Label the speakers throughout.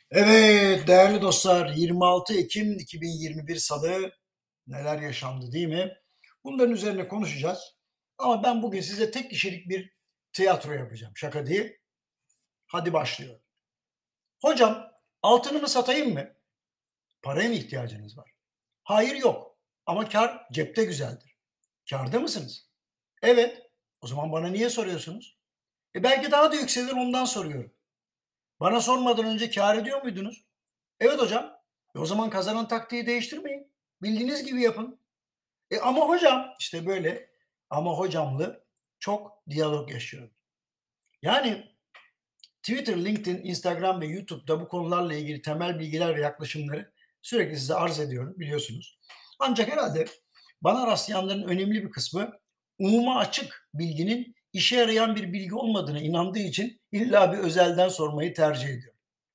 Speaker 1: Evet değerli dostlar, 26 Ekim 2021 Salı, neler yaşandı değil mi? Bunların üzerine konuşacağız. Ama ben bugün size tek kişilik bir tiyatro yapacağım. Şaka değil. Hadi başlıyorum. Hocam, altınımı satayım mı? Paraya mı ihtiyacınız var? Hayır, yok. Ama kar cepte güzeldir. Kârda mısınız? Evet. O zaman bana niye soruyorsunuz? Belki daha da yükselir, ondan soruyorum. Bana sormadan önce kâr ediyor muydunuz? Evet hocam. O zaman kazanan taktiği değiştirmeyin. Bildiğiniz gibi yapın. Ama hocam işte böyle ama hocamlı çok diyalog yaşıyorum. Yani Twitter, LinkedIn, Instagram ve YouTube'da bu konularla ilgili temel bilgiler ve yaklaşımları sürekli size arz ediyorum biliyorsunuz. Ancak herhalde bana rastlayanların önemli bir kısmı umuma açık bilginin işe yarayan bir bilgi olmadığına inandığı için illa bir özelden sormayı tercih ediyor.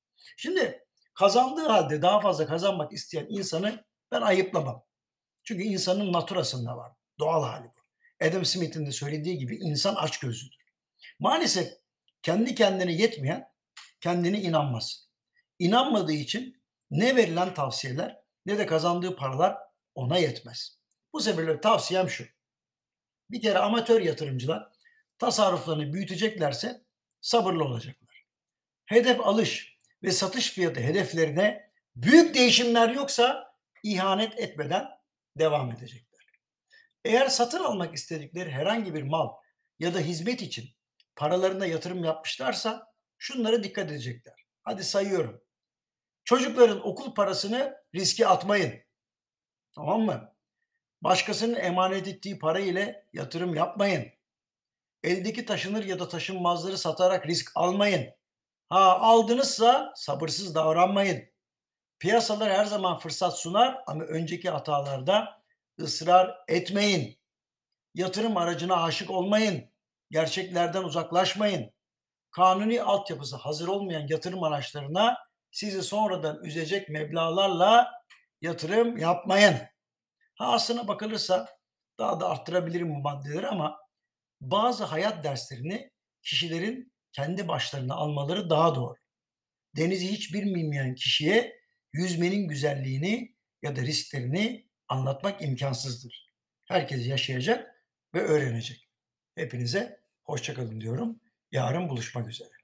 Speaker 1: Şimdi kazandığı halde daha fazla kazanmak isteyen insanı ben ayıplamam. Çünkü insanın naturasında var. Doğal hali bu. Adam Smith'in de söylediği gibi insan açgözlüdür. Maalesef kendi kendine yetmeyen kendine inanmaz. İnanmadığı için ne verilen tavsiyeler ne de kazandığı paralar ona yetmez. Bu sebeple tavsiyem şu. Bir kere amatör yatırımcılar tasarruflarını büyüteceklerse sabırlı olacaklar. Hedef alış ve satış fiyatı hedeflerine büyük değişimler yoksa ihanet etmeden devam edecekler. Eğer satın almak istedikleri herhangi bir mal ya da hizmet için paralarına yatırım yapmışlarsa şunlara dikkat edecekler. Hadi sayıyorum. Çocukların okul parasını riske atmayın. Tamam mı? Başkasının emanet ettiği para ile yatırım yapmayın. Eldeki taşınır ya da taşınmazları satarak risk almayın. Ha aldınızsa sabırsız davranmayın. Piyasalar her zaman fırsat sunar ama önceki hatalarda ısrar etmeyin. Yatırım aracına aşık olmayın. Gerçeklerden uzaklaşmayın. Kanuni altyapısı hazır olmayan yatırım araçlarına sizi sonradan üzecek meblağlarla yatırım yapmayın. Ha aslına bakılırsa daha da arttırabilirim bu maddeleri ama bazı hayat derslerini kişilerin kendi başlarına almaları daha doğru. Denizi hiç bilmeyen kişiye yüzmenin güzelliğini ya da risklerini anlatmak imkansızdır. Herkes yaşayacak ve öğrenecek. Hepinize hoşça kalın diyorum. Yarın buluşmak üzere.